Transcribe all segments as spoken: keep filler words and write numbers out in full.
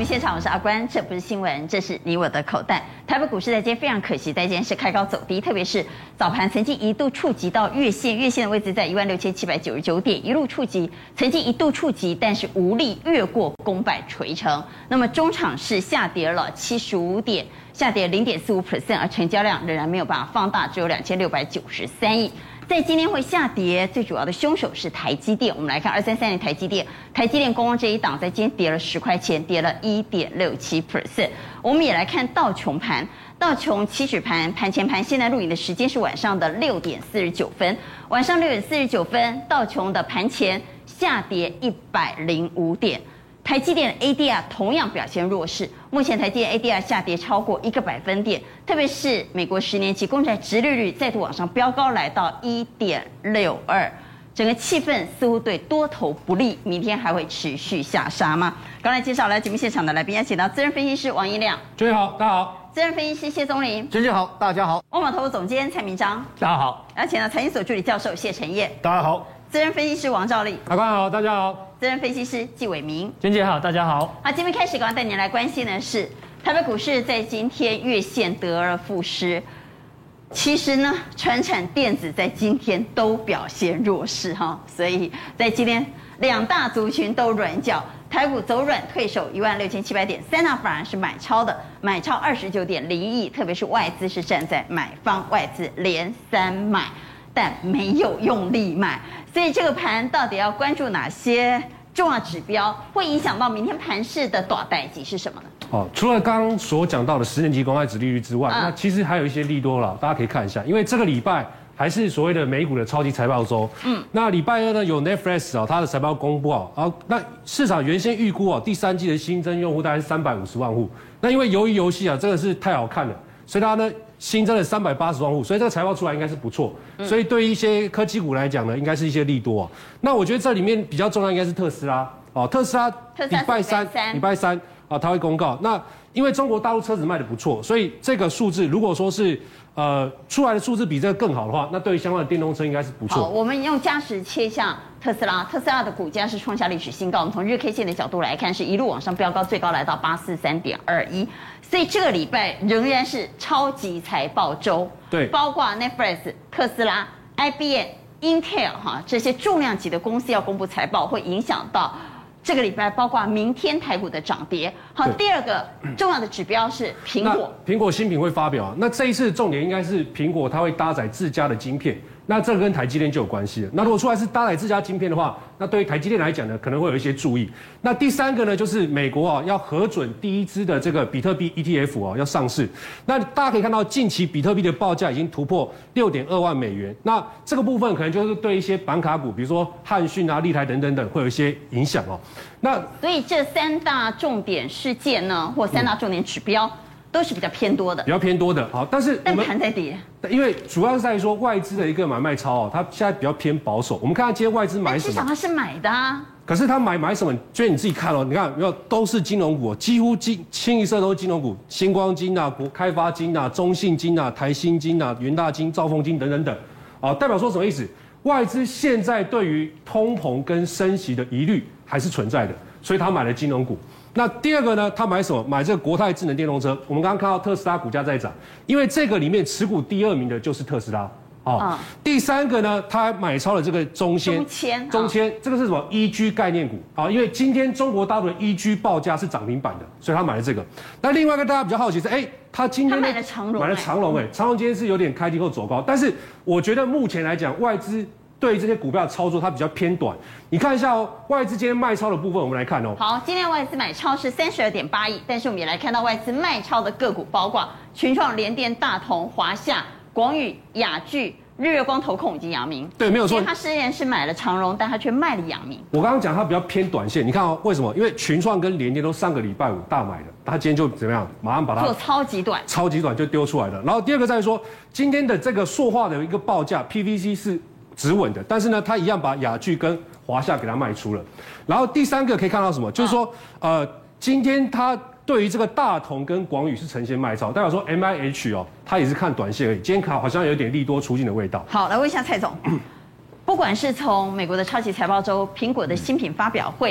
现场，我是阿关，这不是新闻，这是你我的口袋。台北股市在今天非常可惜，在今天是开高走低，特别是早盘曾经一度触及到月线，月线的位置在一万六千七百九十九点，一路触及，曾经一度触及，但是无力越过公百垂成。那么中场是下跌了七十五点，下跌零点四五 percent， 而成交量仍然没有办法放大，只有两千六百九十三亿。在今天会下跌，最主要的凶手是台积电。我们来看二三三零台积电，台积电光光这一档在今天跌了十块钱，跌了一点六七 percent。我们也来看道琼盘，道琼期指盘盘前盘，现在录影的时间是晚上的六点四十九分，晚上六点四十九分，道琼的盘前下跌一百零五点。台积电的 A D R 同样表现弱势，目前台积电 A D R 下跌超过一个百分点，特别是美国十年期公债殖利率再度往上飙高，来到一点六二，整个气氛似乎对多头不利，明天还会持续下杀吗？刚才介绍来节目现场的来宾，邀请到资深分析师王一亮， 娟姐好，大家好； 资深分析师谢宗霖， 娟姐好，大家好； 欧马投资总监蔡明章， 大家好； 邀请到财经所助理教授谢承彦， 大家好； 资深分析师王兆立， 阿关好，大家好； 资深分析师纪伟明， 娟姐好，大家好。 好，今天开始，刚刚带您来关心的是台北股市在今天月线得而复失。其实呢，传产电子在今天都表现弱势哈，所以在今天两大族群都软脚，台股走软退守一万六千七百点，三大反而是买超的，买超二十九点零亿，特别是外资是站在买方，外资连三买，但没有用力买，所以这个盘到底要关注哪些重要指标，会影响到明天盘势的大代级是什么呢？ 哦，除了刚刚所讲到的十年期公债殖利率之外，嗯、那其实还有一些利多了，大家可以看一下，因为这个礼拜还是所谓的美股的超级财报周。嗯，那礼拜二呢有 Netflix 啊、哦，它的财报公布啊，啊，那市场原先预估啊，第三季的新增用户大概是三百五十万户，那因为鱿鱼游戏啊真的是太好看了，所以它呢新增了三百八十万户，所以这个财报出来应该是不错，嗯、所以对于一些科技股来讲呢，应该是一些利多啊。那我觉得这里面比较重要应该是特斯拉哦，特斯拉礼拜三礼拜三啊，它会公告。那因为中国大陆车子卖得不错，所以这个数字如果说是呃出来的数字比这个更好的话，那对于相关的电动车应该是不错。 好，我们用加时切向特斯拉，特斯拉的股价是创下历史新高。我们从日 K 线的角度来看，是一路往上飙高，最高来到八四三点二一。所以这个礼拜仍然是超级财报周， 对， 包括 Netflix、特斯拉、I B M、Intel 哈这些重量级的公司要公布财报，会影响到这个礼拜，包括明天台股的涨跌。好，第二个重要的指标是苹果， 苹果新品会发表啊。那这一次重点应该是苹果，它会搭载自家的晶片。那这个跟台积电就有关系了。那如果出来是搭载自家晶片的话，那对于台积电来讲呢，可能会有一些注意。那第三个呢，就是美国啊要核准第一支的这个比特币 E T F 啊要上市。那大家可以看到，近期比特币的报价已经突破六点二万美元。那这个部分可能就是对一些板卡股，比如说汉讯啊、立台等等等，会有一些影响哦。那所以这三大重点事件呢，或三大重点指标。嗯都是比较偏多的， 比较偏多的。好，但是但盘在跌， 因为主要是在于说外资的一个买卖超哦，它现在比较偏保守。我们看看今天外资买什么？ 至少它是买的啊。 可是他买买什么？就是你自己看哦，你看没有，都是金融股，几乎金清一色都是金融股，星光金啊、国开发金啊、中信金啊、台新金啊、元大金、兆丰金等等等。啊，代表说什么意思？外资现在对于通膨跟升息的疑虑还是存在的，所以他买了金融股。那第二个呢？他买什么？买这个国泰智能电动车。我们刚刚看到特斯拉股价在涨，因为这个里面持股第二名的就是特斯拉。哦，嗯、第三个呢，他买超了这个中芯。 中芯， 中芯，这个是什么 ？E G 概念股。好，因为今天中国大陆的 E G 报价是涨停板的，所以他买了这个。那另外一个大家比较好奇是，哎，他今天他买了长荣， 买了长荣，哎，长荣今天是有点开低后走高，但是我觉得目前来讲，外资对于这些股票的操作，它比较偏短。你看一下哦，外资今天卖超的部分，我们来看哦。 好，今天外资买超是三十二点八亿，但是我们也来看到外资卖超的个股，包括群创、联电、大同、华夏、广宇、雅聚、日月光、投控以及阳明。 对，没有错。 他虽然是买了长荣，但他却卖了阳明。 我刚刚讲它比较偏短线，你看哦，为什么？因为群创跟联电都上个礼拜五大买的，他今天就怎么样，马上把它做超级短， 超级短就丢出来了。然后第二个再说，今天的这个塑化的一个报价 P V C 是止稳的，但是呢，他一样把雅聚跟华夏给它卖出了。然后第三个可以看到什么？就是说，呃，今天它对于这个大同跟广宇是呈现卖超，代表说 M I H 哦，它也是看短线而已。今天卡好像有点利多出尽的味道。 好，来问一下蔡总，不管是从美国的超级财报周、苹果的新品发表会，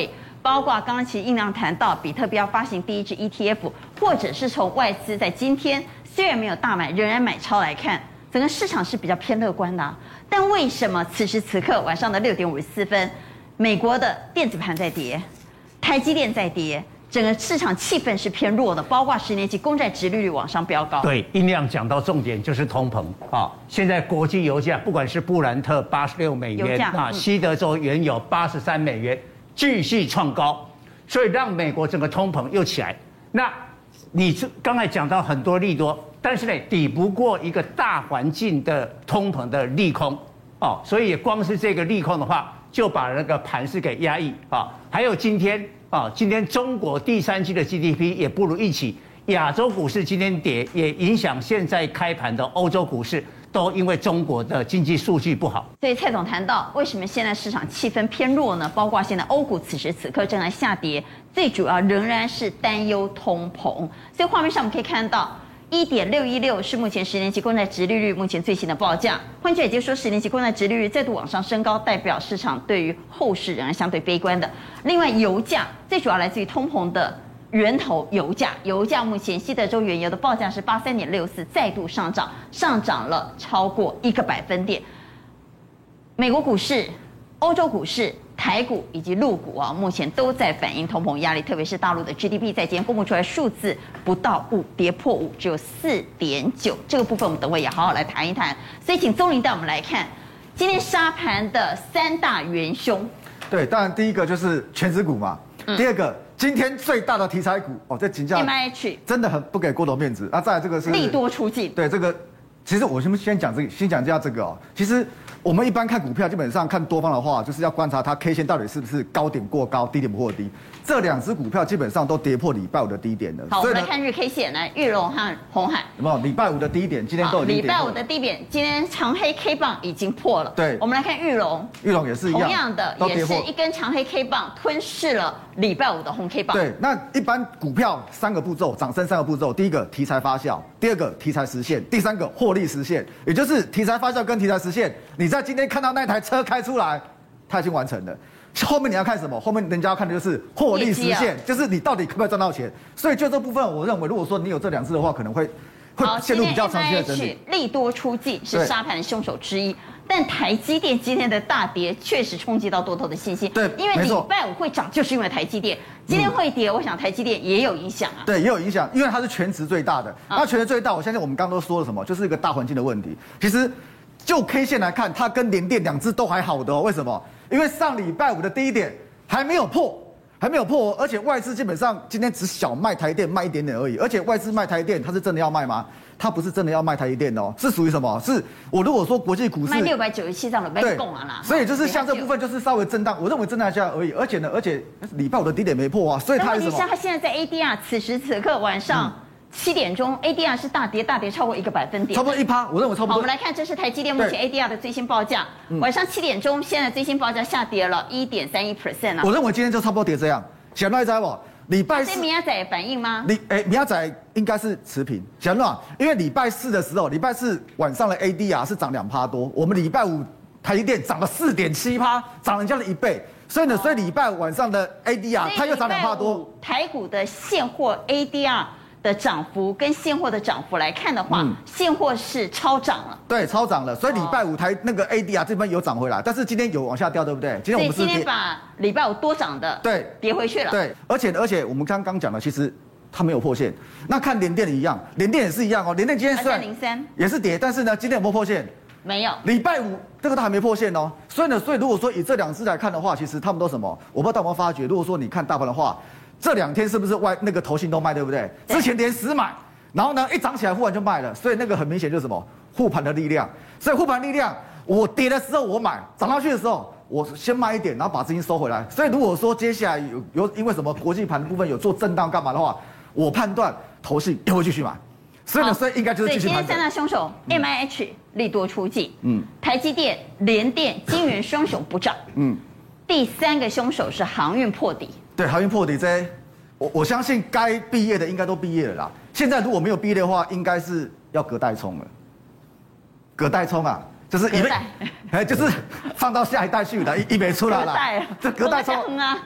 包括刚刚其实印量谈到比特币要发行第一支 E T F， 或者是从外资在今天虽然没有大买，仍然买超来看，整个市场是比较偏乐观的、啊。但为什么此时此刻晚上的六点五十四分，美国的电子盘在跌，台积电在跌？整个市场气氛是偏弱的，包括十年期公债殖利率往上飙高。 对，音量讲到重点就是通膨啊！现在国际油价不管是布兰特八十六美元啊，西德州原油八十三美元，继续创高，所以让美国整个通膨又起来。那你刚才讲到很多利多，但是呢，抵不过一个大环境的通膨的利空哦，所以光是这个利空的话，就把那个盘势给压抑啊。还有今天。啊，今天中国第三季的 G D P 也不如预期，亚洲股市今天跌，也影响现在开盘的欧洲股市，都因为中国的经济数据不好。 所以蔡总谈到，为什么现在市场气氛偏弱呢？包括现在欧股此时此刻正在下跌，最主要仍然是担忧通膨。所以画面上我们可以看到。一点六一六是目前十年期公债殖利率目前最新的报价，换句也就是说，十年期公债殖利率再度往上升高，代表市场对于后市仍然相对悲观的。另外，油价最主要来自于通膨的源头，油价，油价目前西德州原油的报价是八三点六四，再度上涨，上涨了超过一个百分点。美国股市、欧洲股市。台股以及陆股啊，目前都在反映通膨压力，特别是大陆的 G D P 在今天公布出来数字不到五，跌破五，只有四点九。这个部分我们等会也好好来谈一谈。所以请宗霖带我们来看今天沙盘的三大元凶。 对，当然第一个就是全指股嘛，嗯、第二个今天最大的题材股哦，这竞价 M I H 真的很不给郭董面子。那、啊、再来这个是利多出尽。 对这个，其实我先先讲这个，先讲一下这个哦，其实。我们一般看股票，基本上看多方的话，就是要观察它 K 线到底是不是高点过高，低点过低。这两只股票基本上都跌破礼拜五的低点了。 好，我们来看日 K 线，来玉龙和鸿海。 有没有礼拜五的低点？今天都有礼拜五的低点，今天长黑 K 棒已经破了。 对， 我们来看玉龙， 玉龙也是一样， 同样的也是一根长黑 K 棒吞噬了礼拜五的红 K 棒。 对，那一般股票三个步骤，涨升三个步骤，第一个题材发酵，第二个题材实现，第三个获利实现，也就是题材发酵跟题材实现。你在今天看到那台车开出来，它已经完成了。后面你要看什么？后面人家要看的就是获利实现，就是你到底可不可以赚到钱。所以就这部分，我认为如果说你有这两只的话，可能会会陷入比较长期的整理。 利多出尽是沙盘凶手之一，但台积电今天的大跌确实冲击到多头的信心。 对， 因为礼拜五会涨，就是因为台积电。今天会跌，我想台积电也有影响啊。 对，也有影响，因为它是全值最大的。那全值最大，我相信我们刚刚都说了什么，就是一个大环境的问题。其实就 K 线来看，它跟联电两只都还好的哦。为什么？因为上礼拜五的低点还没有破，还没有破、哦，而且外资基本上今天只小卖台电卖一点点而已。而且外资卖台电，它是真的要卖吗？它不是真的要卖台积电哦，是属于什么？是我如果说国际股市卖六百九十七张的被供了啦。 所以就是像这部分就是稍微震荡，我认为震荡一下而已。而且呢，而且礼拜五的低点没破啊，所以它是什么？ 像它现在在 A D R， 此时此刻晚上。嗯七点钟 ，A D R 是大跌，大跌超过一个百分点， 差不多一趴，我认为差不多。 好，我们来看，这是台积电目前 A D R 的最新报价，嗯、晚上七点钟，现在最新报价下跌了一点三一 percent 啊。 我认为今天就差不多跌这样，想到一猜不？礼拜四， 米亚仔反应吗？ 你哎，米亚仔应该是持平，想到因为礼拜四的时候，礼拜四晚上的 A D R 是涨两趴多，我们礼拜五台积电涨了四点七趴，涨人家的一倍。所以呢，所以礼拜五晚上的 A D R 它又涨两趴多。 台股的现货 A D R。的涨幅跟现货的涨幅来看的话，嗯、现货是超涨了， 对，超涨了。所以礼拜五台那个 A D R 这边有涨回来，但是今天有往下掉，对不对？今天我们是今天把礼拜五多涨的对跌回去了， 对，而且而且我们刚刚讲了，其实它没有破线。那看联电一样，联电也是一样哦，联电今天虽然零三也是跌，但是呢，今天有没有破线？ 没有。 礼拜五这个它还没破线哦，所以呢，所以如果说以这两只来看的话，其实他们都什么？我不知道大家有没有发觉，如果说你看大盘的话，这两天是不是外那个投信都卖，对不对？之前连十买。然后呢，一涨起来忽然就卖了，所以那个很明显就是什么护盘的力量。所以护盘力量，我跌的时候我买，涨上去的时候我先卖一点，然后把资金收回来。所以如果说接下来有有因为什么国际盘的部分有做震荡干嘛的话，我判断投信又会继续买。所以呢，所以应该就是继续买。 所以今天三大凶手、嗯、M I H 利多出尽，嗯，台积电、联电、晶圆双雄不涨，嗯，第三个凶手是航运破底。 对，航运破底这。我我相信该毕业的应该都毕业了啦。现在如果没有毕业的话，应该是要隔代冲了。隔代冲啊，就是一哎，就是放到下一代去了，一一没出来了。 隔代， 这隔代冲啊， 因为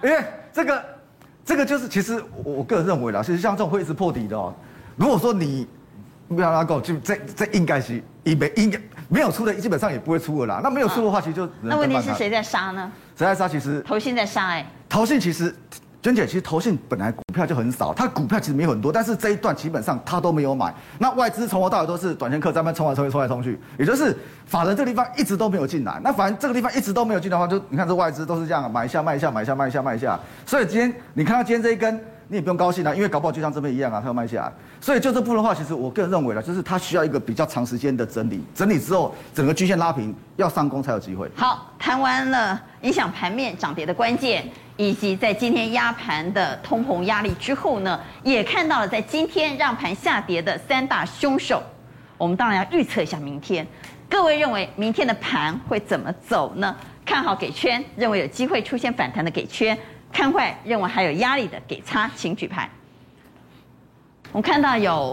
这个这个就是其实我我个人认为啦，其实像这种会一直破底的哦，如果说你不要拉够，就这这应该是应没应该没有出的，基本上也不会出了啦。那没有出的话，其实就那问题是谁在杀呢？ 谁在杀？其实投信在杀哎、欸。 投信其实。娟姐，其实投信本来股票就很少，它股票其实没有很多，但是这一段基本上它都没有买。那外资从头到尾都是短线客在那边冲来冲去、冲来冲去，也就是法人这个地方一直都没有进来。那反正这个地方一直都没有进来的话，就你看这外资都是这样买一下卖一下买一下卖一下卖一下。所以今天你看到今天这一根，你也不用高兴啊，因为搞不好就像这边一样啊，它要卖下来。所以就这部分的话，其实我个人认为呢，就是它需要一个比较长时间的整理，整理之后整个均线拉平，要上攻才有机会。 好，谈完了影响盘面涨跌的关键。以及在今天压盘的通膨压力之后呢，也看到了在今天让盘下跌的三大凶手。我们当然要预测一下明天，各位认为明天的盘会怎么走呢？看好给圈，认为有机会出现反弹的给圈；看坏，认为还有压力的给叉，请举牌。我们看到有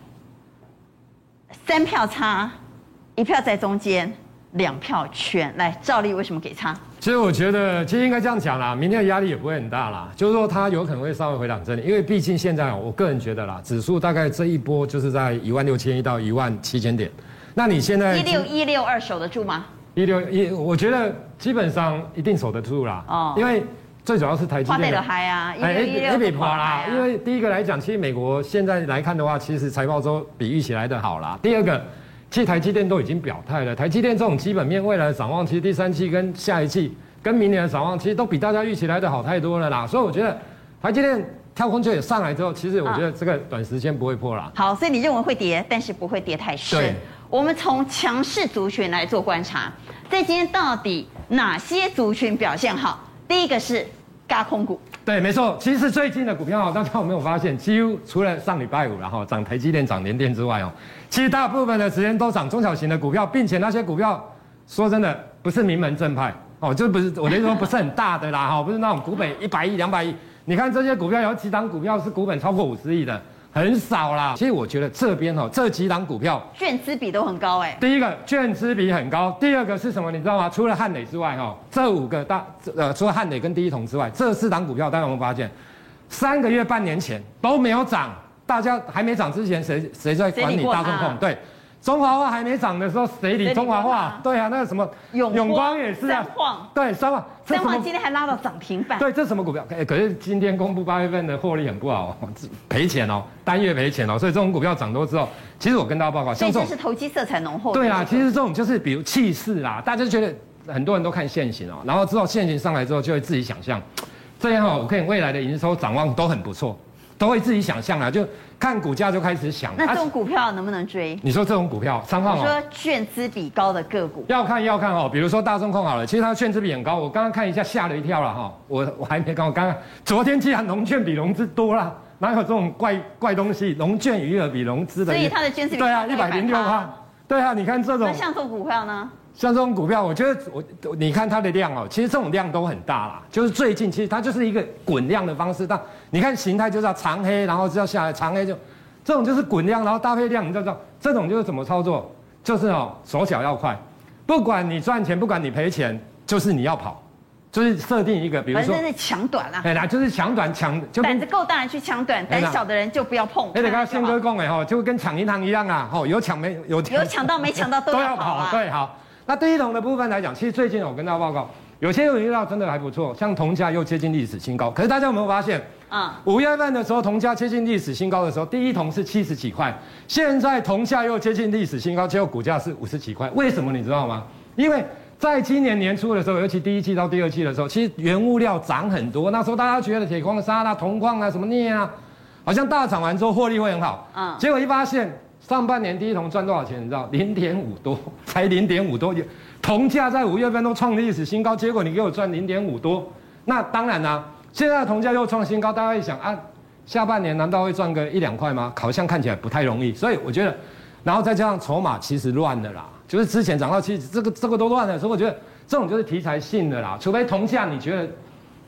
三票叉，一票在中间，两票圈。来，照例为什么给叉？ 其实我觉得，其实应该这样讲啦，明天的压力也不会很大啦，就是说它有可能会稍微回档整理，因为毕竟现在我个人觉得啦，指数大概这一波就是在一万六千一到一万七千点，那你现在一六一六二守得住吗？ 一六一，我觉得基本上一定守得住啦，哦，因为最主要是台积电的嗨啊， 哎，一比破啦，因为第一个来讲，其实美国现在来看的话，其实财报周比预期来的好啦，第二个。其实台积电都已经表态了，台积电这种基本面未来的展望，其实第三季跟下一季跟明年的展望，其实都比大家预期来的好太多了啦。所以我觉得台积电跳空就也上来之后，其实我觉得这个短时间不会破啦。 好，所以你认为会跌，但是不会跌太深。我们从强势族群来做观察，在今天到底哪些族群表现好？第一个是轧空股。 对，没错。其实最近的股票，大家有没有发现，几乎除了上礼拜五然后涨台积电、涨联电之外哦，其实大部分的时间都涨中小型的股票，并且那些股票说真的不是名门正派哦，就不是我的意思说不是很大的啦哈，不是那种股本一百亿、两百亿。你看这些股票有几档股票是股本超过五十亿的，很少啦。其实我觉得这边哦，这几档股票券资比都很高哎。 第一个券资比很高，第二个是什么？你知道吗？除了汉磊之外哈，这五个大呃，除了汉磊跟第一铜之外，这四档股票大家有没有发现，三个月、半年前都没有涨？大家还没涨之前，谁谁在管理大众控？对，中华化还没涨的时候，谁理中华化？对啊，那个什么永永光也是啊， 三晃对三晃， 三晃今天还拉到涨停板。 对，这什么股票？哎，可是今天公布八月份的获利很不好，赔钱哦，单月赔钱哦，所以这种股票涨多之后，其实我跟大家报告， 像这种是投机色彩浓厚。 对啊，其实这种就是比如气势啦，大家就觉得很多人都看现行哦，然后之后现行上来之后就会自己想象，这样哦，我看未来的营收展望都很不错。都会自己想象啦，就看股价就开始想。 那这种股票能不能追？ 你说这种股票，三号哦， 你说券资比高的个股要看要看哦，比如说大众控好了，其实它券资比很高，我刚刚看一下吓了一跳了哈，我我还没刚我刚刚昨天既然融券比融资多啦，哪有这种怪怪东西？融券余额比融资的， 所以它的券资比对啊，一百零六趴，对啊，你看这种。 那像这种股票呢？ 像这种股票，我觉得我你看它的量哦，其实这种量都很大啦。就是最近其实它就是一个滚量的方式，但你看形态就是要长黑，然后就要下来长黑就，这种就是滚量，然后搭配量，你知道这种就是怎么操作？就是哦手脚要快，不管你赚钱，不管你赔钱，就是你要跑，就是设定一个，比如说， 反正是抢短啊， 哎啦，就是抢短抢，就胆子够大的去抢短，胆小的人就不要碰。 哎，刚刚宪哥讲的哈，就跟抢银行一样啊，哦有抢没有有抢到没抢到都要跑啊， 对好。那第一桶的部分来讲，其实最近我跟大家报告，有些股票真的还不错，像铜价又接近历史新高。可是大家有没有发现，啊、嗯，五月份的时候铜价接近历史新高的时候，第一桶是七十几块，现在铜价又接近历史新高，结果股价是五十几块，为什么你知道吗？因为在今年年初的时候，尤其第一季到第二季的时候，其实原物料涨很多，那时候大家觉得铁矿砂啦、铜矿啊、什么镍啊，好像大涨完之后获利会很好，嗯，结果一发现。上半年第一桶赚多少钱？你知道，零点五多，才零点五多。铜价在五月份都创历史新高，结果你给我赚零点五多，那当然啦、啊，现在的铜价又创新高，大家会想啊，下半年难道会赚个一两块吗？好像看起来不太容易。所以我觉得，然后再加上筹码其实乱的啦，就是之前涨到其实这个这个都乱了，所以我觉得这种就是题材性的啦，除非铜价你觉得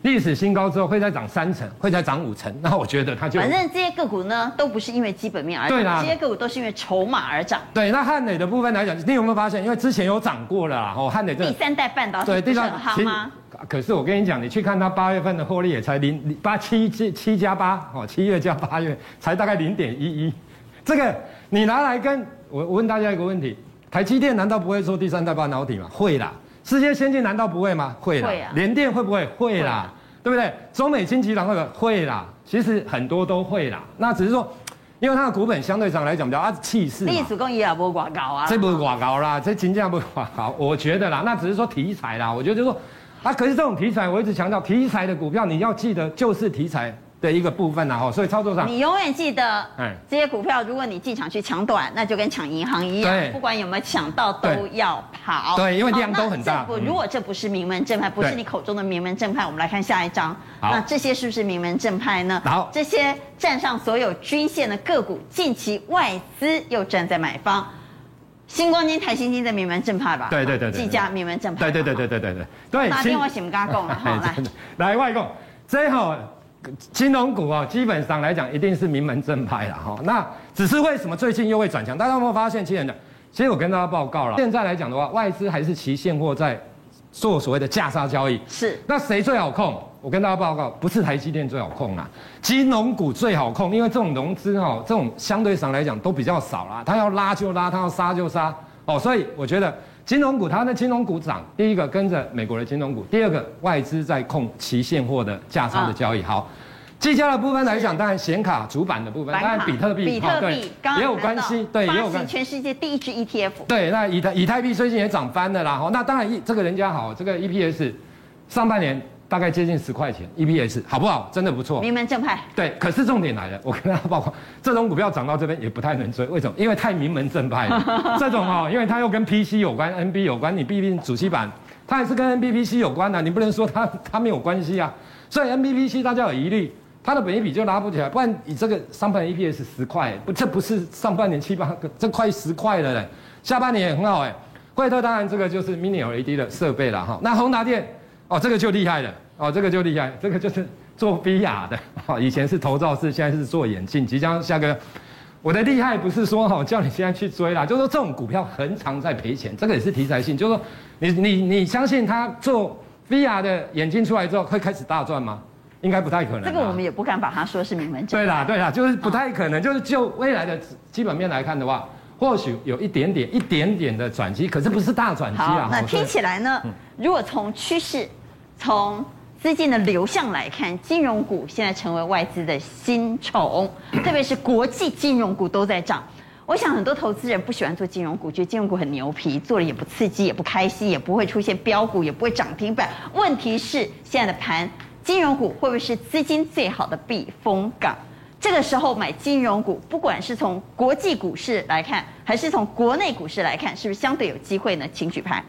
历史新高之后会再涨三成，会再涨五成，那我觉得它就反正这些个股呢都不是因为基本面而涨， 对啦， 这些个股都是因为筹码而涨。 对，那汉磊的部分来讲，你有没有发现？因为之前有涨过了啦，哦，汉磊第三代半导体不是很夯吗？ 可是我跟你讲，你去看它八月份的获利也才零八七七七加八哦，七月加八月才大概零点一一，这个你拿来跟我我问大家一个问题：台积电难道不会做第三代半导体吗？会啦。世界先进难道不会吗？会啦。联电会不会？会啦，对不对？中美金集团会不会？会啦。其实很多都会啦。那只是说，因为它的股本相对上来讲比较啊气势嘛。 历史工也也不寡高啊。 这不是寡高啦，这金价不寡高，我觉得啦，那只是说题材啦。我觉得就是说，啊，可是这种题材，我一直强调，题材的股票你要记得就是题材的一个部分啦，哈，所以操作上你永远记得，这些股票如果你进场去抢短，那就跟抢银行一样，不管有没有抢到都要跑。 对，因为量都很大。 如果这不是名门正派，不是你口中的名门正派，我们来看下一章。那这些是不是名门正派呢？ 好， 这些站上所有均线的个股，近期外资又站在买方。星光金、台新金的名门正派吧？ 对对对对。 技嘉名门正派。 对对对对对对对。对。 哪天我先不跟他讲了，好来。 来外公，这好。金融股哦，基本上来讲一定是名门正派啦哈。那只是为什么最近又会转强？大家有没有发现？其实，其实我跟大家报告了，现在来讲的话，外资还是期现货在做所谓的价差交易。 是。 那谁最好控？我跟大家报告，不是台积电最好控啦，金融股最好控，因为这种融资哈，这种相对上来讲都比较少啦，它要拉就拉，它要杀就杀哦，所以我觉得。金融股，它的金融股涨，第一个跟着美国的金融股，第二个外资在控期现货的价差的交易。好，技嘉的部分来讲，当然显卡主板的部分，当然比特币， 比特币也有关系，对，也有关系。 全世界第一支 E T F。 对，那以太以太币最近也涨翻了啦。哈，那当然一这个人家好，这个 E P S 上半年大概接近十块钱 ，E P S 好不好？真的不错。 名门正派。 对，可是重点来了，我跟大家报告，这种股票涨到这边也不太能追，为什么？因为太名门正派了。这种哈，因为它又跟 P C 有关 ，N B 有关，你毕竟主机板它还是跟 N B P C 有关的、啊，你不能说它它没有关系啊。所以 N B P C 大家有疑虑，它的本益比就拉不起来，不然你这个上半年 E P S 十块，不，这不是上半年七八个，这快十块了嘞。下半年也很好哎。惠特当然这个就是 Mini L E D 的设备了哈，那宏达电哦，这个就厉害了。哦，这个就厉害，这个就是做 V R 的，哦，以前是头罩式，现在是做眼镜，即将下个。我的厉害不是说哈叫你现在去追啦，就是说这种股票很常在赔钱，这个也是题材性，就是说你你你相信他做 V R 的眼镜出来之后会开始大赚吗？应该不太可能。 这个我们也不敢把它说是名门正派。 对啦对啦，就是不太可能，就是就未来的基本面来看的话，或许有一点点一点点的转机，可是不是大转机啊。 那听起来呢，如果从趋势从资金的流向来看，金融股现在成为外资的新宠，特别是国际金融股都在涨。我想很多投资人不喜欢做金融股，觉得金融股很牛皮，做了也不刺激，也不开心，也不会出现标股，也不会涨停板。问题是现在的盘，金融股会不会是资金最好的避风港？这个时候买金融股，不管是从国际股市来看，还是从国内股市来看，是不是相对有机会呢？请举牌。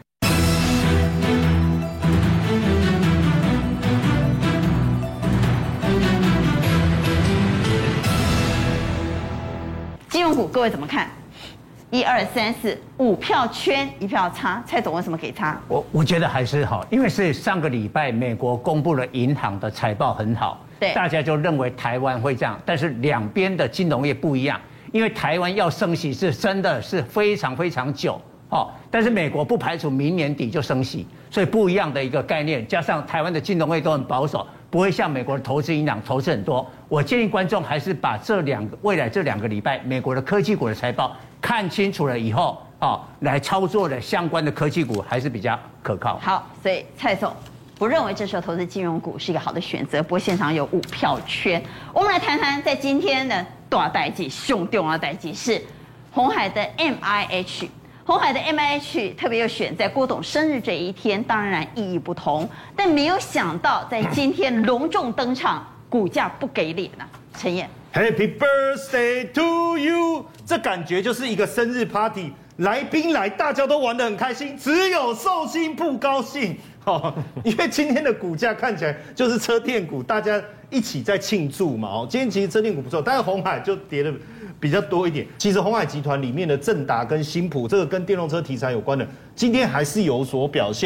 金融股各位怎么看？一二三四五票圈一票差，蔡总为什么给差？ 我我觉得还是好，因为是上个礼拜美国公布了银行的财报很好， 对， 大家就认为台湾会这样，但是两边的金融业不一样，因为台湾要升息是真的是非常非常久哦，但是美国不排除明年底就升息，所以不一样的一个概念，加上台湾的金融业都很保守。不会像美国的投资银行投资很多，我建议观众还是把这两个未来这两个礼拜美国的科技股的财报看清楚了以后，哦，来操作的相关的科技股还是比较可靠。 好，所以蔡总不认为这时候投资金融股是一个好的选择。不过现场有五票圈，我们来谈谈在今天的大代际、凶重要代际是鸿海的 M I H。鸿海的 M I H 特别又选在郭董生日这一天，当然意义不同，但没有想到在今天隆重登场，股价不给脸啊！陈燕 ，Happy Birthday to you， 这感觉就是一个生日 party， 来宾来，大家都玩得很开心，只有寿星不高兴哦，因为今天的股价看起来就是车电股，大家一起在庆祝嘛哦，今天其实车电股不错，但是鸿海就跌了。比较多一点，其实鸿海集团里面的正达跟新普，这个跟电动车题材有关的，今天还是有所表现了。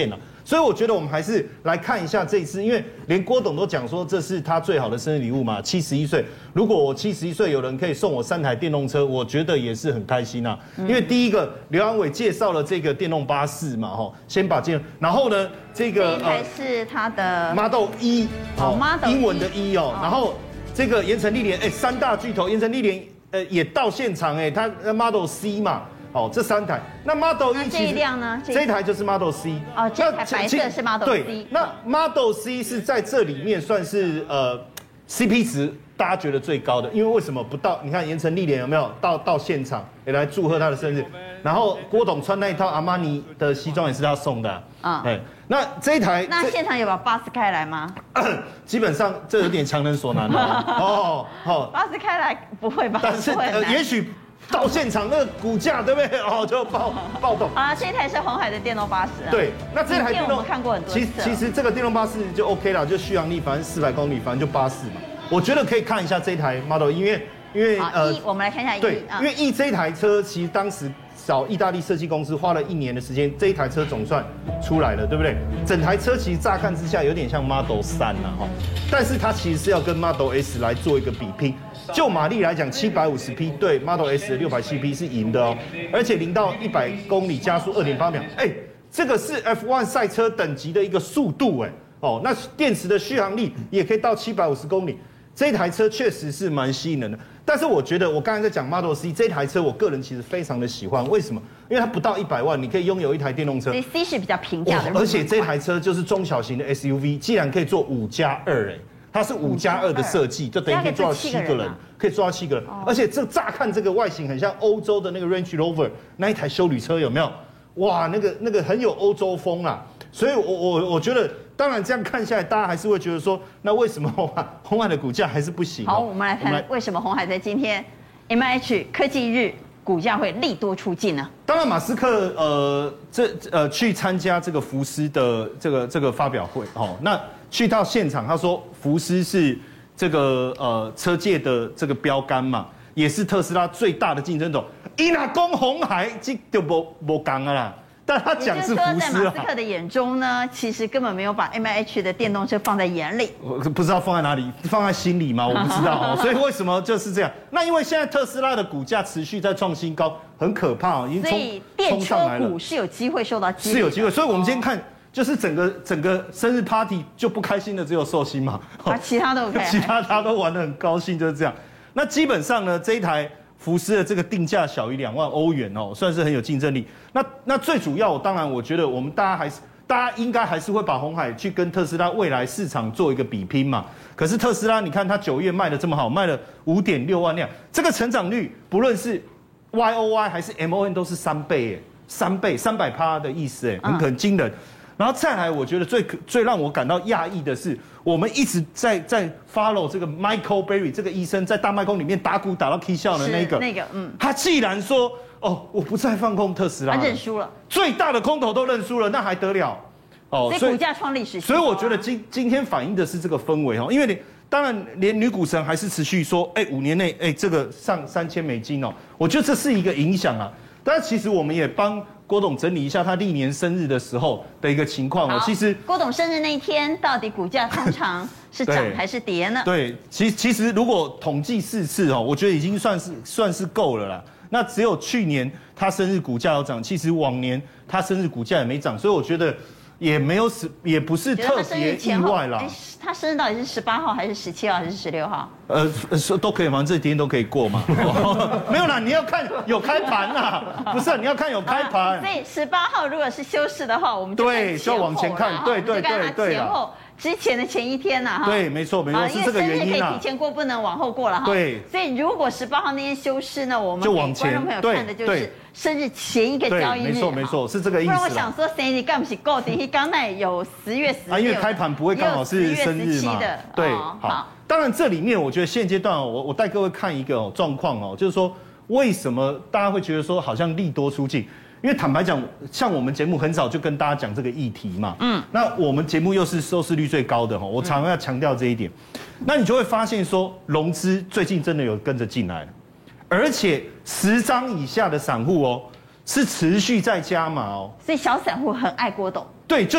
所以我觉得我们还是来看一下这一次，因为连郭董都讲说这是他最好的生日礼物嘛，七十一岁。如果我七十一岁有人可以送我三台电动车，我觉得也是很开心啊。因为第一个刘安伟介绍了这个电动巴士嘛，哈，先把这，然后呢，这个这一台是他的 Model 一， 哦 Model 英文的一哦，然后这个盐城历练，哎，三大巨头盐城历练，呃，也到现场哎，他 Model C 嘛。哦，这三台，那 Model 一这一辆呢？ 这一台就是 Model C。 哦，这台白色是 Model C。 对，那 Model C 是在这里面算是呃 C P 值大家觉得最高的，因为为什么不到？你看盐城历练有没有到到现场也来祝贺他的生日？然后郭董穿那一套阿玛尼的西装也是他送的。啊，对。那这一台， 那现场有把巴士开来吗？ 基本上这有点强人所难哦。哦， 巴士开来不会吧？ 但是呃，也许。到现场那个股价对不对？哦，就暴暴动啊！这一台是鸿海的电动巴士啊。 对，那这台电动我们看过很多次。 其实其实这个电动巴士就 OK 了，就续航力反正四百公里，反正就巴士嘛。我觉得可以看一下这一台 Model 一，因为因为呃，我们来看一下一。 对，因为 E 这一台车其实当时找意大利设计公司花了一年的时间，这一台车总算出来了，对不对？整台车其实乍看之下有点像 Model 三呐哈，但是它其实是要跟 Model S 来做一个比拼。就马力来讲，七百五十匹对 Model S 的六百七匹是赢的哦，而且零到一百公里加速二点八秒，哎，这个是 F 一 赛车等级的一个速度哎，哦，那电池的续航力也可以到七百五十公里，这台车确实是蛮吸引人的。但是我觉得我刚才在讲 Model C 这台车，我个人其实非常的喜欢，为什么？因为它不到一百万，你可以拥有一台电动车。 所以 C 是比较平价的， 而且这台车就是中小型的 S U V， 既然可以做五加二哎。它是五加二的设计，就等于可以坐到七个人，可以坐到七个人。而且这乍看这个外形很像欧洲的那个 Range Rover 那一台休旅车，有没有？哇，那个那个很有欧洲风啊！所以我我我觉得，当然这样看下来，大家还是会觉得说，那为什么鸿海的股价还是不行？ 好，我们来看为什么鸿海在今天 M H 科技日股价会利多出尽呢？ 当然，马斯克呃这呃去参加这个福斯的这个这个发表会哦，那。去到现场，他说福斯是这个呃车界的这个标杆嘛，也是特斯拉最大的竞争者。伊那公鸿海这就不不讲啊啦，但他讲是福斯啊。 在马斯克的眼中呢，其实根本没有把 M H 的电动车放在眼里。 我不知道放在哪里，放在心里吗？我不知道哦。所以为什么就是这样？那因为现在特斯拉的股价持续在创新高，很可怕哦，已经冲所以电车股是有机会受到激励， 是有机会。所以我们今天看。就是整个整个生日 party 就不开心的只有寿星嘛， 啊，其他都 OK， 其他他都玩得很高兴，就是这样。那基本上呢，这一台福斯的这个定价小于两万欧元哦，算是很有竞争力。那那最主要，当然我觉得我们大家还是大家应该还是会把鸿海去跟特斯拉未来市场做一个比拼嘛。可是特斯拉，你看它九月卖的这么好，卖了五点六万辆，这个成长率不论是 Y O Y 还是 M O N 都是三倍哎，三倍三百趴的意思哎，很很惊人。然后再来，我觉得最最让我感到讶异的是，我们一直在在 follow 这个 Michael Berry 这个医生在大麦空里面打鼓打到 K 笑的那个， 那个，嗯， 他既然说哦，我不再放空特斯拉， 他认输了， 最大的空头都认输了，那还得了？ 哦，所以股价创历史新高。 所以我觉得今今天反映的是这个氛围哦，因为你当然连女股神还是持续说，哎，五年内哎这个上三千美金哦，我觉得这是一个影响啊。但其实我们也帮郭董整理一下他历年生日的时候的一个情况哦。其实郭董生日那一天，到底股价通常是涨还是跌呢？ 对，其其实如果统计四次哦，我觉得已经算是算是够了啦。那只有去年他生日股价有涨，其实往年他生日股价也没涨，所以我觉得也没有是也不是特别意外啦。 他生日到底是十八号还是十七号还是十六号？ 呃，说都可以嘛，这几天都可以过嘛。没有啦，你要看有开盘啦，不是你要看有开盘。 所以十八号如果是休市的话，我们就对就往前看，对对对对前后之前的前一天呐，哈。 对，没错没错，是这个原因啊。 因为生日可以提前过，不能往后过了哈。 对。 所以如果十八号那天休市呢，我们就往前。 观众朋友看的就是生日前一个交易日。 没错没错，是这个意思。 不然我想说，生日干不起够的，刚才有十月十六。 啊，因为开盘不会刚好是生日嘛。对，好。当然，这里面我觉得现阶段哦，我我带各位看一个哦状况哦，就是说为什么大家会觉得说好像利多出尽？因为坦白讲，像我们节目很早就跟大家讲这个议题嘛，嗯，那我们节目又是收视率最高的哈，我常常要强调这一点。那你就会发现说，融资最近真的有跟着进来了，而且十张以下的散户哦是持续在加码哦， 所以小散户很爱郭董。 对，就是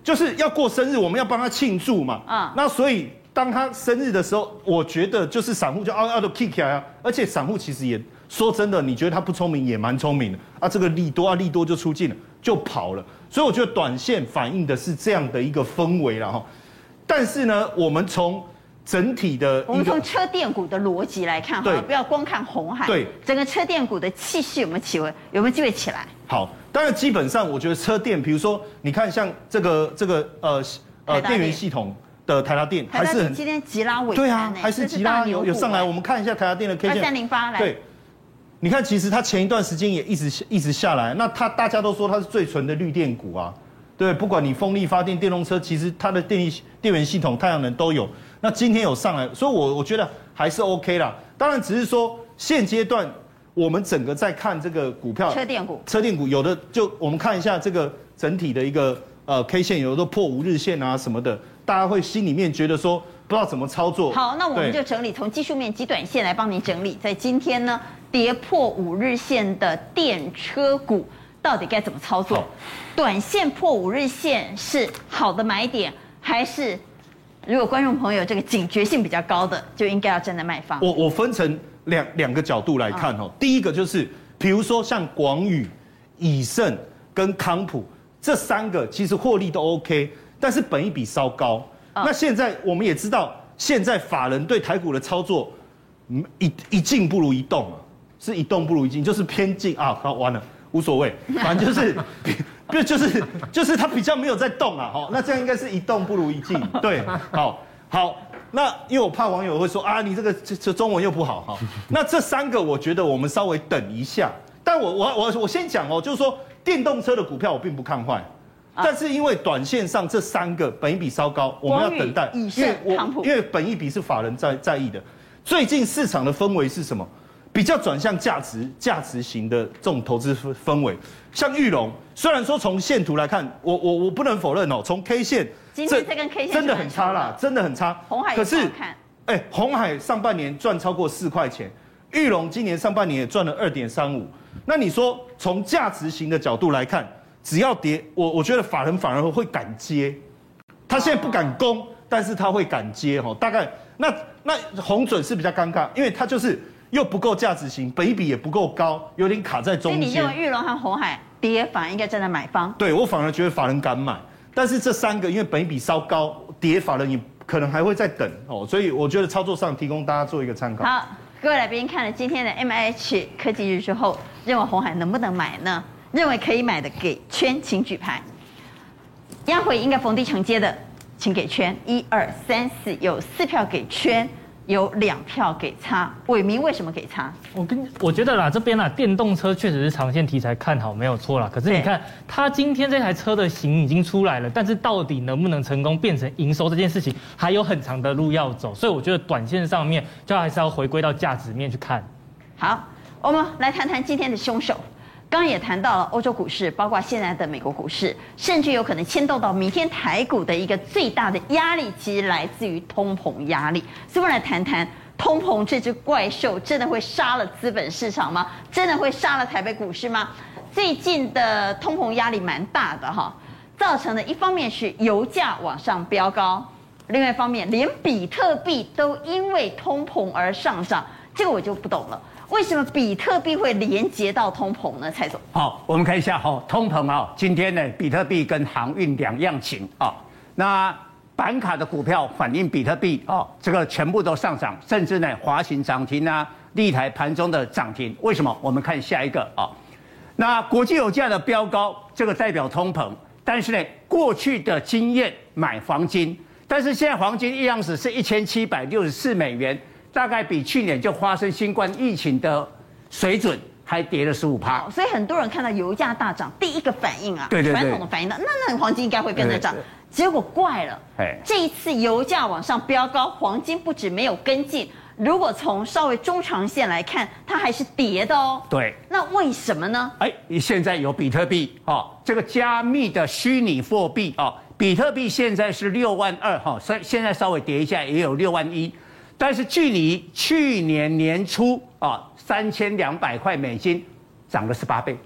就是要过生日，我们要帮他庆祝嘛。啊、嗯，那所以当他生日的时候，我觉得就是散户就嗷嗷的 kick 起来啊，而且散户其实也说真的，你觉得他不聪明也蛮聪明的啊，这个利多啊利多就出尽了，就跑了。所以我觉得短线反映的是这样的一个氛围了哈。但是呢，我们从整体的， 我们从车电股的逻辑来看，哈，不要光看鸿海， 对， 整个车电股的气势有没有起回，有没有机会起来？ 好，当然基本上我觉得车电，比如说你看像这个这个呃呃电源系统的台达电， 还是很今天急拉尾盘， 对啊，还是急拉有有上来，我们看一下台达电的 K 线， 二三零八来， 对，你看其实它前一段时间也一直一直下来，那它大家都说它是最纯的绿电股啊。对，不管你风力发电、电动车，其实它的电力、电源系统、太阳能都有。那今天有上来，所以我我觉得还是 OK 啦。当然，只是说现阶段我们整个在看这个股票， 车电股， 车电股有的就我们看一下这个整体的一个呃 K 线，有的都破五日线啊什么的，大家会心里面觉得说不知道怎么操作。 好，那我们就整理从技术面及短线来帮您整理，在今天呢跌破五日线的电车股。到底该怎么操作？短线破五日线是好的买点，还是如果观众朋友这个警觉性比较高的，就应该要站在卖方？ 我我分成两两个角度来看哦。第一个就是，比如说像广宇、以盛跟康普这三个，其实获利都 OK， 但是本益比稍高。那现在我们也知道，现在法人对台股的操作，一一静不如一动啊，是一动不如一静，就是偏静啊，好完了。无所谓，反正就是，就就是就是它比较没有在动啊，好，那这样应该是一动不如一静，对，好，好，那因为我怕网友会说啊，你这个这这中文又不好哈，那这三个我觉得我们稍微等一下，但我我我我先讲哦，就是说电动车的股票我并不看坏，但是因为短线上这三个本益比稍高，我们要等待， 因为我因为本益比是法人在在意的，最近市场的氛围是什么？比较转向价值价值型的这种投资氛围，像裕隆，虽然说从线图来看，我我我不能否认哦，从 K 线， 今天这根 K 线真的很差啦，真的很差。 鸿海也不好看， 哎，鸿海上半年赚超过四块钱，裕隆今年上半年也赚了二点三五。那你说从价值型的角度来看，只要跌，我我觉得法人反而会敢接，他现在不敢攻，但是他会敢接哈。大概那那鸿准是比较尴尬，因为他就是。又不够价值型，本益比也不够高，有点卡在中间。 所以你认为裕隆和鸿海跌反而应该站在买方？ 对，我反而觉得法人敢买，但是这三个因为本益比稍高，跌法人也可能还会再等哦，所以我觉得操作上提供大家做一个参考。 好，各位来宾看了今天的 M I H 科技日之后，认为鸿海能不能买呢？认为可以买的给圈，请举牌。压回应该逢低承接的，请给圈。一二三四，有四票给圈。有两票给差，伟明为什么给差？ 我跟我觉得啦，这边啦，电动车确实是长线题材看好，没有错啦。可是你看，它今天这台车的型已经出来了，但是到底能不能成功变成营收这件事情，还有很长的路要走。所以我觉得短线上面就还是要回归到价值面去看。 好，我们来谈谈今天的凶手。刚刚也谈到了欧洲股市，包括现在的美国股市，甚至有可能牵动到明天台股的一个最大的压力，其实来自于通膨压力。所以我们来谈谈通膨这只怪兽，真的会杀了资本市场吗？真的会杀了台北股市吗？最近的通膨压力蛮大的哈，造成的一方面是油价往上飙高，另外一方面连比特币都因为通膨而上涨，这个我就不懂了。为什么比特币会连接到通膨呢？蔡总， 好，我们看一下哈，通膨啊，今天呢，比特币跟航运两样情啊。那板卡的股票反映比特币啊，这个全部都上涨，甚至呢，华勤涨停啊，立台盘中的涨停，为什么？我们看下一个啊。那国际油价的飙高，这个代表通膨，但是呢，过去的经验买黄金，但是现在黄金一盎司是一千七百六十四美元。大概比去年就发生新冠疫情的水准还跌了十五趴， 所以很多人看到油价大涨，第一个反应啊， 对对对， 传统的反应呢，那那黄金应该会跟着涨，结果怪了，这一次油价往上飙高，黄金不止没有跟进，如果从稍微中长线来看，它还是跌的哦。 对， 那为什么呢？ 哎，现在有比特币哦，这个加密的虚拟货币哦，比特币现在是六万二哈，所以现在稍微跌一下也有六万一。但是距离去年年初啊三千两百块美金涨了十八倍，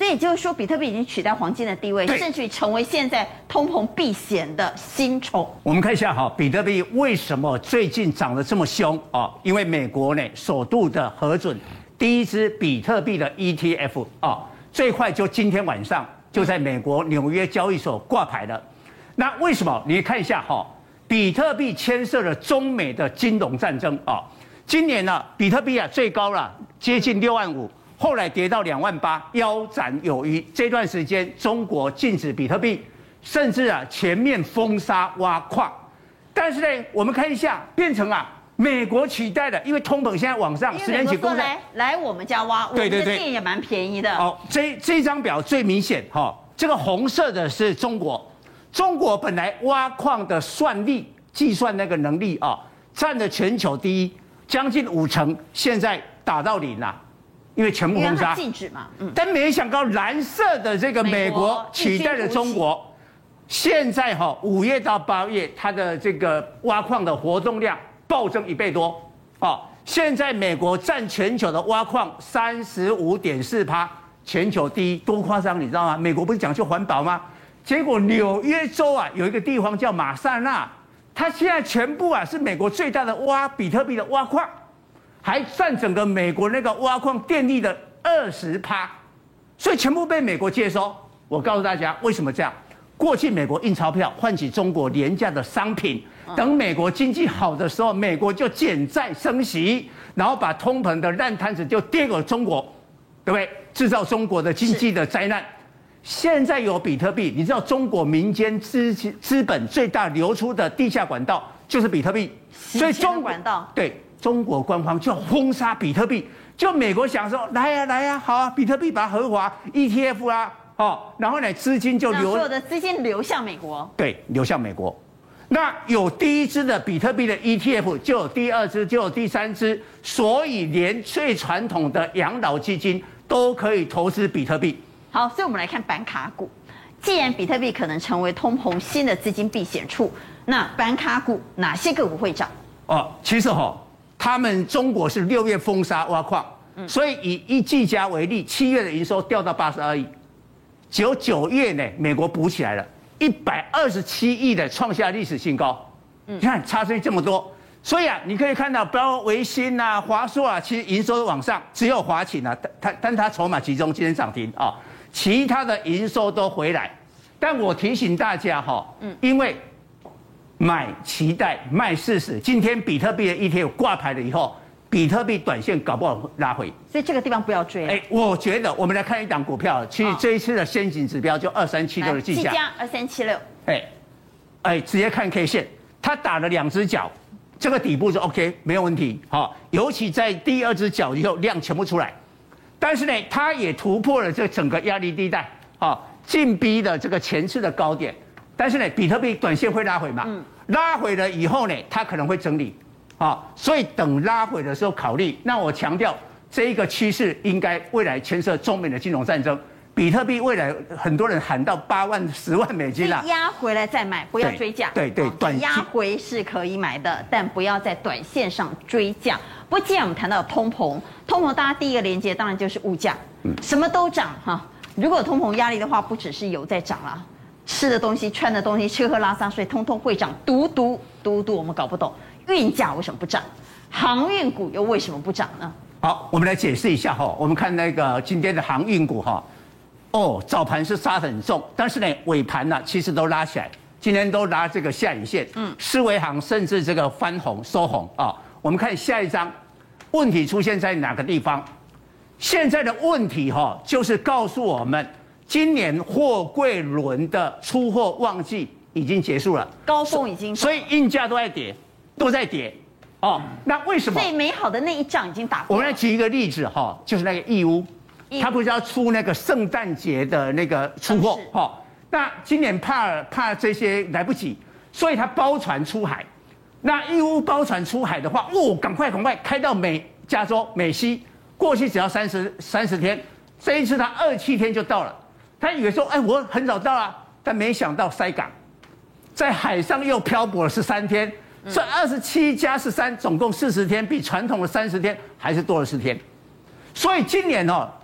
这也就是说，比特币已经取代黄金的地位，甚至于成为现在通膨避险的新宠。 我们看一下哈，比特币为什么最近涨得这么凶啊？因为美国呢首度的核准第一支比特币的 E T F 啊，最快就今天晚上就在美国纽约交易所挂牌了。那为什么？你看一下哈，比特币牵涉了中美的金融战争啊。今年呢，比特币啊最高了接近六万五。后来跌到两万八，腰斩有余。这段时间，中国禁止比特币，甚至啊全面封杀挖矿。但是呢，我们看一下，变成啊美国取代了，因为通膨现在往上，十年期公债来来我们家挖，我们的店也蛮便宜的。 哦，这这张表最明显哈、哦，这个红色的是中国，中国本来挖矿的算力、计算那个能力啊、哦，占了全球第一，将近五成，现在打到零了。因为全部封杀， 禁止嘛，嗯， 但没想到蓝色的这个美国取代了中国，现在哈五月到八月，它的这个挖矿的活动量暴增一倍多，哦，现在美国占全球的挖矿三十五点四趴，全球第一，多夸张，你知道吗？美国不是讲究环保吗？结果纽约州啊有一个地方叫马萨纳，它现在全部啊是美国最大的挖比特币的挖矿。还占整个美国那个挖矿电力的二十趴，所以全部被美国接收。我告诉大家为什么这样？过去美国印钞票换取中国廉价的商品，等美国经济好的时候，美国就减债升息，然后把通膨的烂摊子就跌给中国，对不对？制造中国的经济的灾难。现在有比特币，你知道中国民间资资本最大流出的地下管道就是比特币， 所以中管道对。中国官方就封杀比特币，就美国想说来呀、啊、来呀、啊，好啊，比特币把它合法 E T F 啊，哦，然后呢资金就流， 所有的资金流向美国， 对，流向美国。那有第一支的比特币的 E T F， 就有第二支，就有第三支，所以连最传统的养老基金都可以投资比特币。 好，所以我们来看板卡股。既然比特币可能成为通膨新的资金避险处，那板卡股哪些个股会涨？ 哦，其实哈、哦。他们中国是六月封杀挖矿，所以以一技嘉为例，七月的营收掉到八十二亿，只有九月呢，美国补起来了，一百二十七亿的创下历史新高。你看差距这么多，所以啊，你可以看到，包括微星啊、华硕啊，其实营收往上，只有华擎啊，它但它筹码集中，今天涨停啊，其他的营收都回来。但我提醒大家哈，嗯，因为。买期待卖事实，今天比特币的 E T F 挂牌了以后，比特币短线搞不好拉回， 所以这个地方不要追。 哎，我觉得我们来看一档股票，其实这一次的先行指标就二三七六的技嘉， 二三七六， 哎，哎，直接看 K 线，它打了两只脚，这个底部就 OK 没有问题，好，尤其在第二只脚以后量全部出来，但是呢，它也突破了这整个压力地带，好，进逼的这个前次的高点。但是呢，比特币短线会拉回嘛？嗯，拉回了以后呢，它可能会整理，啊，所以等拉回的时候考虑。那我强调，这一个趋势应该未来牵涉中美的金融战争，比特币未来很多人喊到八万、十万美金啦， 压回来再买，不要追价。 对 对, 对，短压回是可以买的，但不要在短线上追价。不过既然我们谈到通膨，通膨大家第一个连接当然就是物价，嗯，什么都涨哈。如果有通膨压力的话，不只是油在涨啦。吃的东西、穿的东西、吃喝拉撒睡，通通会涨。独独独独，我们搞不懂运价为什么不涨，航运股又为什么不涨呢？ 好，我们来解释一下哈。我们看那个今天的航运股哈，哦，早盘是杀得很重，但是呢，尾盘呢其实都拉起来，今天都拉这个下影线。嗯，世维航甚至这个翻红收红啊。我们看下一张，问题出现在哪个地方？现在的问题哈，就是告诉我们。今年货柜轮的出货旺季已经结束了， 高峰已经， 所以运价都在跌，都在跌，哦，那为什么？ 最美好的那一仗已经打过了。 我们来举一个例子哈，就是那个义乌，他不是要出那个圣诞节的那个出货哈，那今年怕怕这些来不及，所以他包船出海。那义乌包船出海的话，哦，赶快赶快开到美加州美西，过去只要三十三十天，这一次他二七天就到了。他以为说，哎，我很早到了，但没想到塞港，在海上又漂泊了十三天，这二十七加十三，总共四十天，比传统的三十天还是多了四天。所以今年哦，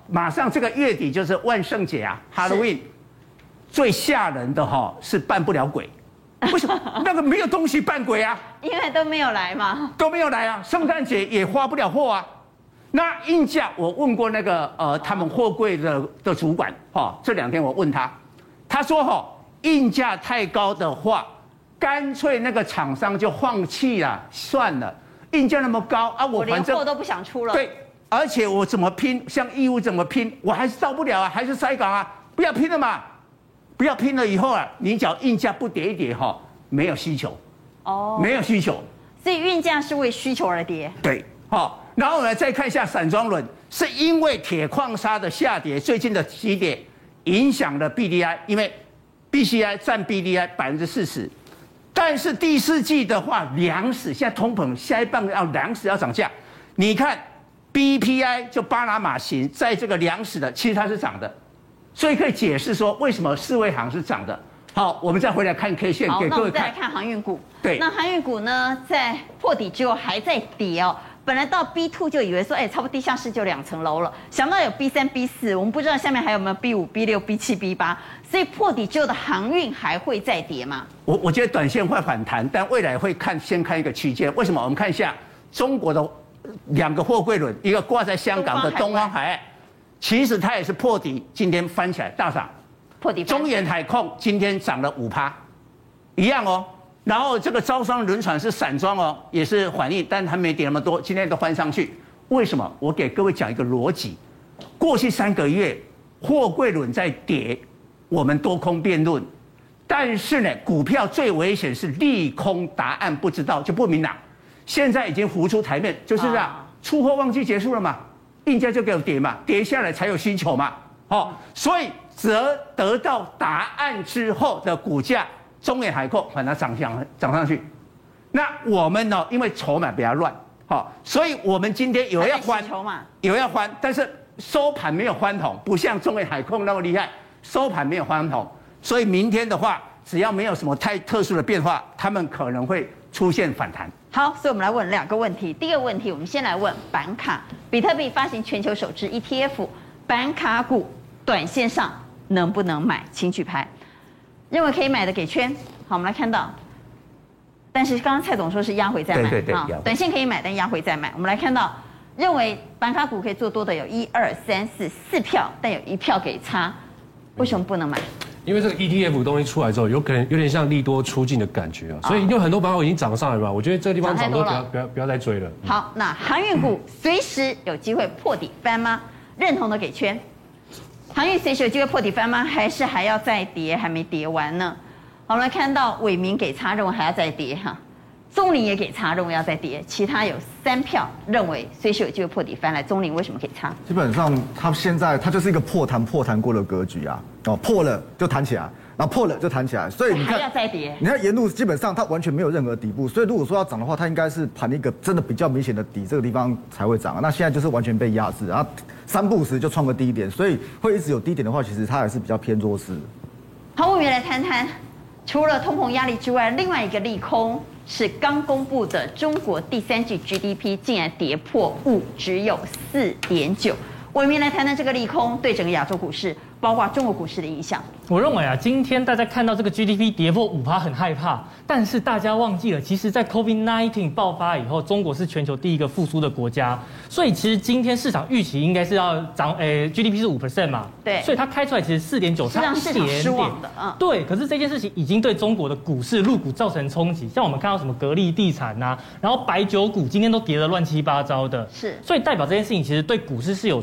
马上这个月底就是万圣节啊 ，Halloween， 最吓人的哈是扮不了鬼，为什么？那个没有东西扮鬼啊， 因为都没有来嘛， 都没有来啊，圣诞节也发不了货啊。那运价，我问过那个呃他们货柜的的主管哈，这两天我问他，他说哈运价太高的话，干脆那个厂商就放弃了，算了，运价那么高啊，我我连反正货都不想出了。 对。而且我怎么拼？像义乌怎么拼？我还是到不了啊，还是塞港啊！不要拼了嘛，不要拼了以后啊，你只要运价不跌一跌哈，没有需求，哦，没有需求， 所以运价是为需求而跌。 对，好，然后我们再看一下散装轮，是因为铁矿砂的下跌，最近的急跌影响了 B D I， 因为 B C I 占 B D I 百分之四十，但是第四季的话，粮食现在通膨，下一半要粮食要涨价，你看。B P I 就巴拿马型，在这个粮食的，其实它是涨的，所以可以解释说为什么四维行是涨的。好，我们再回来看 K 线，给各位看。 好，那我们再来看航运股。 对， 那航运股呢，在破底之后还在跌哦。本来到 B 二 就以为说，哎，差不多地下室就两层楼了，想到有 B 三、B 四，我们不知道下面还有没有 B 五、B 六、B 七、B 八，所以破底之后的航运还会再跌吗？ 我我觉得短线会反弹，但未来会看先看一个区间。为什么？我们看一下中国的。两个货柜轮，一个挂在香港的东方海岸，其实它也是破底，今天翻起来大涨。 破底。 中远海控今天涨了五趴，一样哦。然后这个招商轮船是散装哦，也是反应，但它没跌那么多，今天都翻上去。为什么？我给各位讲一个逻辑：过去三个月货柜轮在跌，我们多空辩论，但是呢，股票最危险是利空答案不知道就不明朗。现在已经浮出台面，就是啊，出货旺季结束了嘛，运价就给我跌嘛，跌下来才有需求嘛，好、哦，所以则得到答案之后的股价，中远海控反而涨上涨上去。那我们呢，因为筹码比较乱，好、哦，所以我们今天有要翻，有要翻，但是收盘没有翻红，不像中远海控那么厉害，收盘没有翻红，所以明天的话，只要没有什么太特殊的变化，他们可能会出现反弹。 好，所以我们来问两个问题。第一个问题，我们先来问板卡，比特币发行全球首支 E T F， 板卡股短线上能不能买？请举牌。认为可以买的给圈。好，我们来看到，但是刚刚蔡总说是压回再买， 对对对， 啊，短线可以买，但压回再买。我们来看到，认为板卡股可以做多的有一二三四四票，但有一票给差，为什么不能买？ 因为这个 E T F 东西出来之后，有可能有点像利多出尽的感觉啊，所以有很多板块已经涨上来了。我觉得这个地方涨多不要不要不要再追了。 好，那航运股随时有机会破底翻吗？认同的给圈。航运随时有机会破底翻吗？还是还要再跌？还没跌完呢？好，我们来看到伟民给差，认为还要再跌哈。中林也给差，认为要再跌，其他有三票认为随时有机会破底翻。来，中林为什么给差？ 基本上它现在它就是一个破弹破弹过的格局啊，哦，破了就弹起来，然后破了就弹起来，所以你看还要再跌。 你看沿路基本上它完全没有任何底部，所以如果说要涨的话，它应该是盘一个真的比较明显的底，这个地方才会涨啊。那现在就是完全被压制，然后三不时就创个低点，所以会一直有低点的话，其实它还是比较偏弱势。 好，我们来谈谈，除了通膨压力之外，另外一个利空。是刚公布的中国第三季 G D P 竟然跌破五，只有四点九。我们来谈谈这个利空对整个亚洲股市，包括中国股市的影响。 我认为啊，今天大家看到这个 G D P 跌破五趴很害怕，但是大家忘记了，其实在 COVID 十九 爆发以后，中国是全球第一个复苏的国家，所以其实今天市场预期应该是要涨，诶 ，G D P 是五 percent 嘛， 对， 所以它开出来其实四点九，差一点点， 失望的，嗯， 对。可是这件事情已经对中国的股市、陆股造成冲击，像我们看到什么格力地产呐、啊，然后白酒股今天都跌得乱七八糟的， 是， 所以代表这件事情其实对股市是有。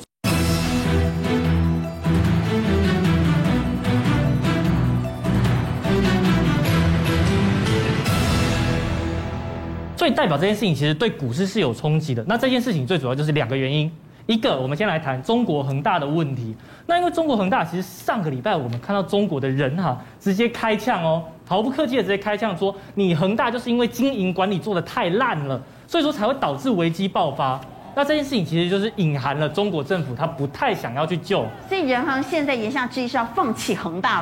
所以代表这件事情其实对股市是有冲击的。那这件事情最主要就是两个原因，一个我们先来谈中国恒大的问题。那因为中国恒大其实上个礼拜我们看到中国的人哈直接开呛哦，毫不客气的直接开呛说，你恒大就是因为经营管理做得太烂了，所以说才会导致危机爆发。那这件事情其实就是隐含了中国政府他不太想要去救， 所以人行现在言下之意是要放弃恒大咯。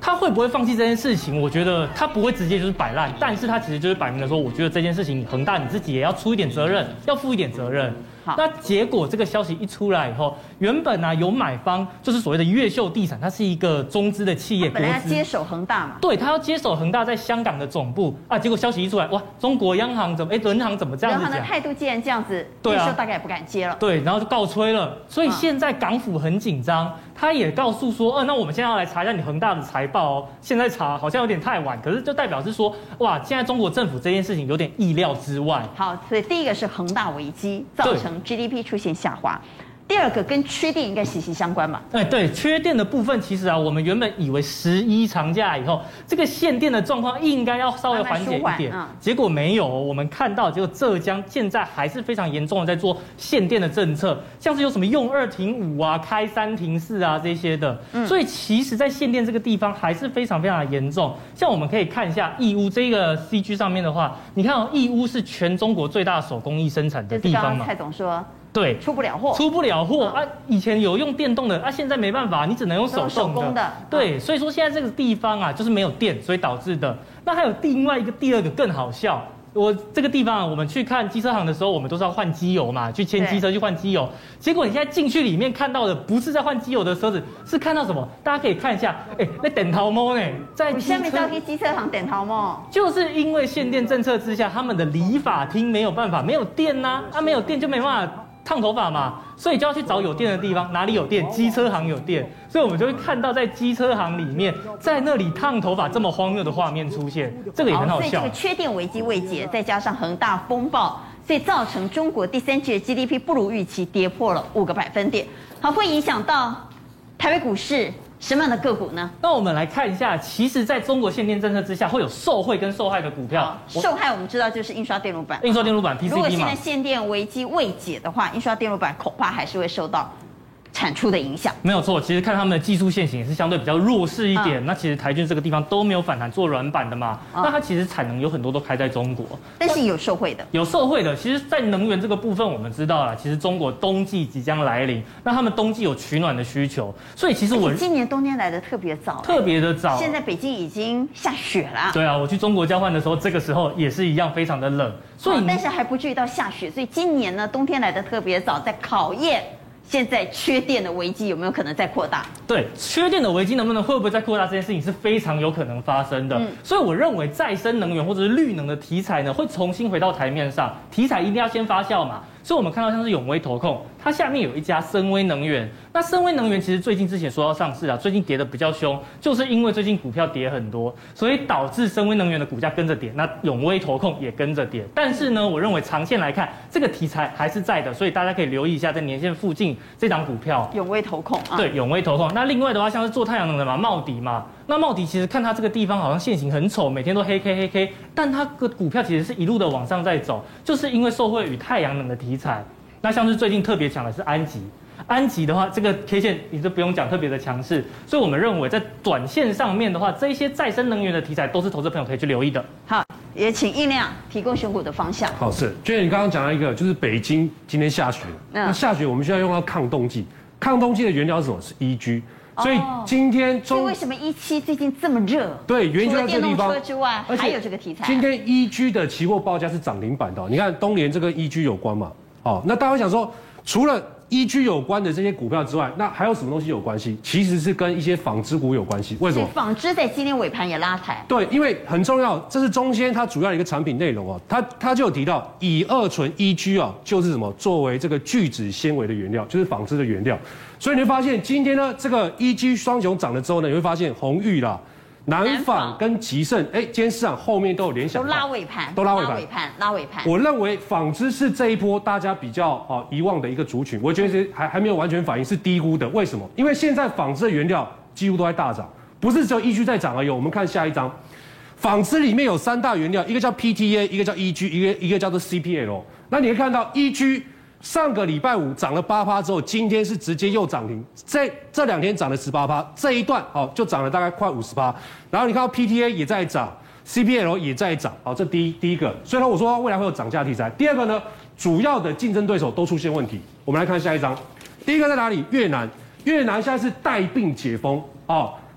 他会不会放弃这件事情？我觉得他不会直接就是摆烂，但是他其实就是摆明了说，我觉得这件事情恒大你自己也要出一点责任，要负一点责任。那结果这个消息一出来以后，原本啊有买方就是所谓的越秀地产，它是一个中资的企业， 本来要接手恒大嘛， 对，他要接手恒大在香港的总部啊，结果消息一出来，哇，中国央行怎么哎，人行怎么这样子讲？ 人行的态度既然这样子， 对啊， 越秀大概也不敢接了。 对，然后就告吹了，所以现在港府很紧张，他也告诉说，呃，那我们现在要来查一下你恒大的财报哦，现在查好像有点太晚，可是就代表是说，哇，现在中国政府这件事情有点意料之外。 好，所以第一个是恒大危机造成 G D P 出现下滑。第二个跟缺电应该息息相关吧？ 哎，对，缺电的部分，其实啊，我们原本以为十一长假以后，这个限电的状况应该要稍微缓解一点，慢慢嗯、结果没有。我们看到，结果浙江现在还是非常严重的在做限电的政策，像是有什么用二停五啊、开三停四啊这些的。嗯、所以其实，在限电这个地方还是非常非常的严重。像我们可以看一下义乌这个 C G 上面的话，你看哦，义乌是全中国最大手工艺生产的地方嘛。 刚刚蔡总说。 对， 出不了货， 出不了货、嗯、啊！以前有用电动的啊，现在没办法，你只能用手动的。 手工的， 对，所以说现在这个地方啊，就是没有电，所以导致的。那还有另外一个第二个更好笑，我这个地方、啊、我们去看机车行的时候，我们都是要换机油嘛，去牵机车去换机油。结果你现在进去里面看到的，不是在换机油的车子，是看到什么？大家可以看一下，哎、欸，那等头毛呢，在下面到去机车行等头毛， 就是因为限电政策之下，他们的理发厅没有办法，没有电呐、啊，啊，没有电就没办法烫头发嘛，所以就要去找有电的地方。哪里有电？机车行有电，所以我们就会看到在机车行里面，在那里烫头发这么荒谬的画面出现，这个也很好笑。 所以这个缺电危机未解，再加上恒大风暴，所以造成中国第三季的 G D P 不如预期，跌破了五个百分点。好，会影响到台北股市。什么样的个股呢？ 那我们来看一下，其实在中国限电政策之下，会有受惠跟受害的股票。 受害我们知道就是印刷电路板， 印刷电路板 P C B 嘛。 如果现在限电危机未解的话，印刷电路板恐怕还是会受到产出的影响。 没有错，其实看他们的技术线型也是相对比较弱势一点。嗯、那其实台军这个地方都没有反弹做软板的嘛，嗯、那它其实产能有很多都开在中国， 但是有受惠的， 有受惠的。其实，在能源这个部分，我们知道了，其实中国冬季即将来临，那他们冬季有取暖的需求，所以其实我今年冬天来的特别早， 特别的早。 现在北京已经下雪了。 对啊，我去中国交换的时候，这个时候也是一样非常的冷， 所以但是还不至于到下雪，所以今年呢，冬天来的特别早，在考验。现在缺电的危机有没有可能再扩大？ 对，缺电的危机能不能会不会再扩大这件事情是非常有可能发生的。嗯、所以我认为再生能源或者是绿能的题材呢，会重新回到台面上。题材一定要先发酵嘛。所以我们看到像是永威投控，它下面有一家森威能源。那森威能源其实最近之前说要上市啊，最近跌得比较凶，就是因为最近股票跌很多，所以导致森威能源的股价跟着跌，那永威投控也跟着跌。但是呢，我认为长线来看，这个题材还是在的，所以大家可以留意一下在年线附近这档股票。 永威投控啊， 对，永威投控。那另外的话，像是做太阳能的嘛，茂迪嘛。那茂迪其实看它这个地方好像线型很丑，每天都黑 K 黑 K， 但它的股票其实是一路的往上在走，就是因为受惠于太阳能的题材。那像是最近特别强的是安吉，安吉的话，这个 K 线你就不用讲，特别的强势，所以我们认为在短线上面的话，这一些再生能源的题材都是投资朋友可以去留意的。 好，也请印亮提供选股的方向。 好，是，就像你刚刚讲到一个，就是北京今天下雪，嗯、那下雪我们需要用到抗冻剂，抗冻剂的原料是什么？是 E G。所以今天中， 所以为什么一期最近这么热？ 对，原因就在这个地方。 除了电动车之外，还有这个题材。 今天 E G 的期货报价是涨停板的，你看东联这个 E G 有关嘛？哦，那大家会想说，除了 E G 有关的这些股票之外，那还有什么东西有关系？其实是跟一些纺织股有关系。为什么？ 纺织在今天尾盘也拉抬。 对，因为很重要，这是中间它主要的一个产品内容哦。它它就有提到乙二醇 E G 啊，就是什么？作为这个聚酯纤维的原料，就是纺织的原料。所以你会发现今天呢，这个 E G 双雄涨了之后呢，你会发现红玉啦。南纺跟吉盛，哎，今天市场后面都有联想， 都拉尾盘， 都拉尾盘， 拉尾盘，拉尾盘。 我认为纺织是这一波大家比较啊遗忘的一个族群，我觉得是还还没有完全反应，是低估的。为什么？因为现在纺织的原料几乎都在大涨，不是只有 E G 在涨而已。我们看下一张，纺织里面有三大原料，一个叫 P T A， 一个叫 E G， 一个一个叫做 C P L。那你会看到 E G。上个礼拜五涨了八趴之后，今天是直接又涨停，这这两天涨了十八趴，这一段哦就涨了大概快五十趴。然后你看到 P T A 也在涨 ，C P L 也在涨，好，这第一第一个。所以呢，我说未来会有涨价题材。第二个呢，主要的竞争对手都出现问题。我们来看下一张，第一个在哪里？越南，越南现在是带病解封哦。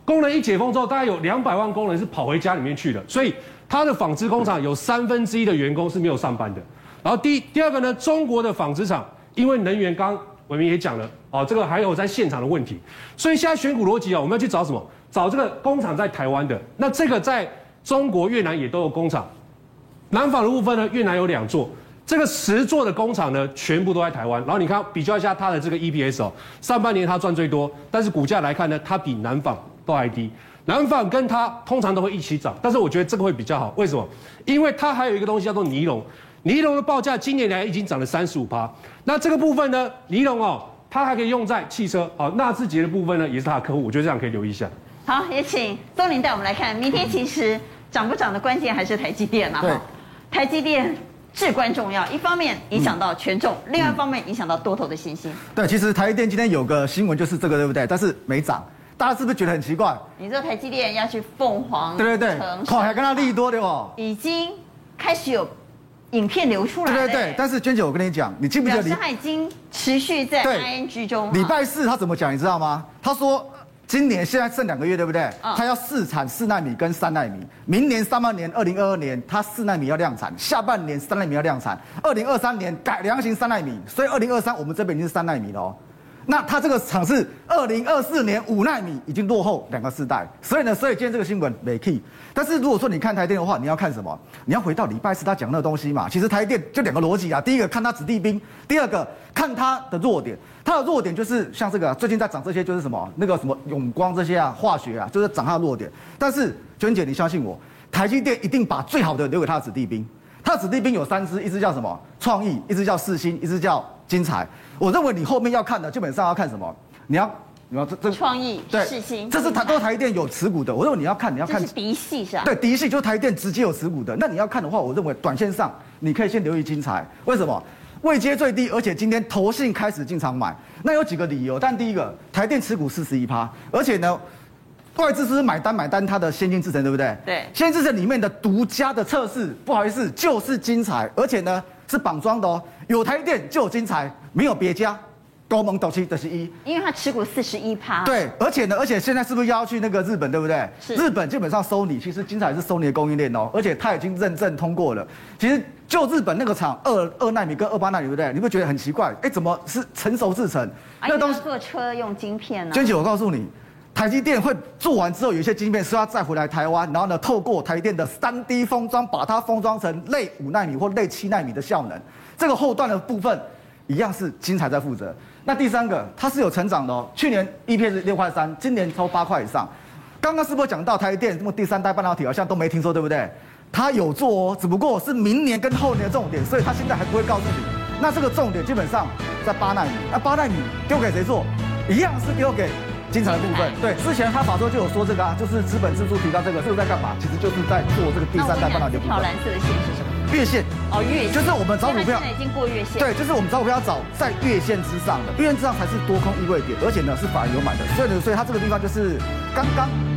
工人一解封之后，大概有两百万工人是跑回家里面去的，所以它的纺织工厂有三分之一的员工是没有上班的。然后第第二个呢，中国的纺织厂因为能源，刚刚伟明也讲了，哦，这个还有在现场的问题，所以现在选股逻辑啊，我们要去找什么？找这个工厂在台湾的，那这个在中国、越南也都有工厂。南纺的部分呢，越南有两座，这个十座的工厂呢，全部都在台湾。然后你看比较一下它的这个 E P S 哦，上半年它赚最多，但是股价来看呢，它比南纺都还低。南纺跟它通常都会一起涨，但是我觉得这个会比较好，为什么？因为它还有一个东西叫做尼龙，尼龙的报价今年来已经涨了三十五趴。那这个部分呢，尼龙哦，它还可以用在汽车，哦，纳智捷的部分呢，也是它的客户，我觉得这样可以留意一下。 好，也请宗霖带我们来看，明天其实涨不涨的关键还是台积电嘛。 对， 台积电至关重要，一方面影响到权重，嗯、另外一方面影响到多头的信心。 对，其实台积电今天有个新闻就是这个，对不对？但是没涨。大家是不是觉得很奇怪？ 你说台积电要去凤凰， 对对对，靠，还跟他利多对不？ 已经开始有影片流出来了。 对对对，但是娟姐，我跟你讲，你记不记得？ 表示他已经持续在 I N G 中。 礼拜四他怎么讲？你知道吗？他说今年现在剩两个月，对不对？嗯、他要试产四奈米跟三奈米，明年上半年二零二二年他四奈米要量产，下半年三奈米要量产，二零二三年改良型三奈米，所以二零二三我们这边已经是三奈米了哦。那它这个厂是二零二四年五奈米，已经落后两个世代，所以呢，所以今天这个新闻没 key。但是如果说你看台电的话，你要看什么？你要回到礼拜四他讲那个东西嘛。其实台电就两个逻辑啊，第一个看它子弟兵，第二个看它的弱点。它的弱点就是像这个、啊、最近在涨这些就是什么那个什么永光这些啊，化学啊，就是涨它的弱点。但是娟姐，你相信我，台积电一定把最好的留给它的子弟兵。它的子弟兵有三支，一支叫什么？创意，一支叫世新，一支叫精彩。我认为你后面要看的，基本上要看什么？你要你要这这创意、 对世新， 这是台都台电有持股的。我认为你要看，你要看这是嫡系是吧？ 对，嫡系就是台电直接有持股的。那你要看的话，我认为短线上你可以先留意精彩。为什么？位阶最低，而且今天投信开始进场买，那有几个理由。但第一个，台电持股四十一趴，而且呢，外资是不是买单买单它的先进制程，对不对？ 对， 先进制程里面的独家的测试，不好意思，就是精彩，而且呢是绑装的哦，有台电就有精彩，没有别家。高盟斗七的是一， 因为它持股四十一趴。 对，而且呢，而且现在是不是要去那个日本，对不对？ 是。 日本基本上收你，其实精彩是收你的供应链哦，而且它已经认证通过了。其实就日本那个厂二二奈米跟二八奈米，对不对？你会觉得很奇怪，哎，怎么是成熟制程？ 啊、那东西做车用晶片呢、啊？ 娟姐，我告诉你，台积电会做完之后，有一些晶片是要再回来台湾，然后呢，透过台电的三 D 封装，把它封装成类五奈米或类七奈米的效能。这个后段的部分一样是精彩在负责。那第三个，它是有成长的哦。去年 E P S 六块三，今年超八块以上。刚刚是不是讲到台电这么第三代半导体好像都没听说，对不对？它有做哦，只不过是明年跟后年的重点，所以它现在还不会告诉你。那这个重点基本上在八奈米，那八奈米丢给谁做？一样是丢给精彩的部分。对，之前他法说就有说这个啊，就是资本支出提高这个，这个在干嘛？其实就是在做这个第三代半导体的部分。 那我跟你讲，这条蓝色的线是什么？ 月线哦，月线就是我们找股票， 现在已经过月线。 对，就是我们找股票要找在月线之上的，月线之上才是多空意味点，而且呢是法人有买的，所以呢，所以它这个地方就是刚刚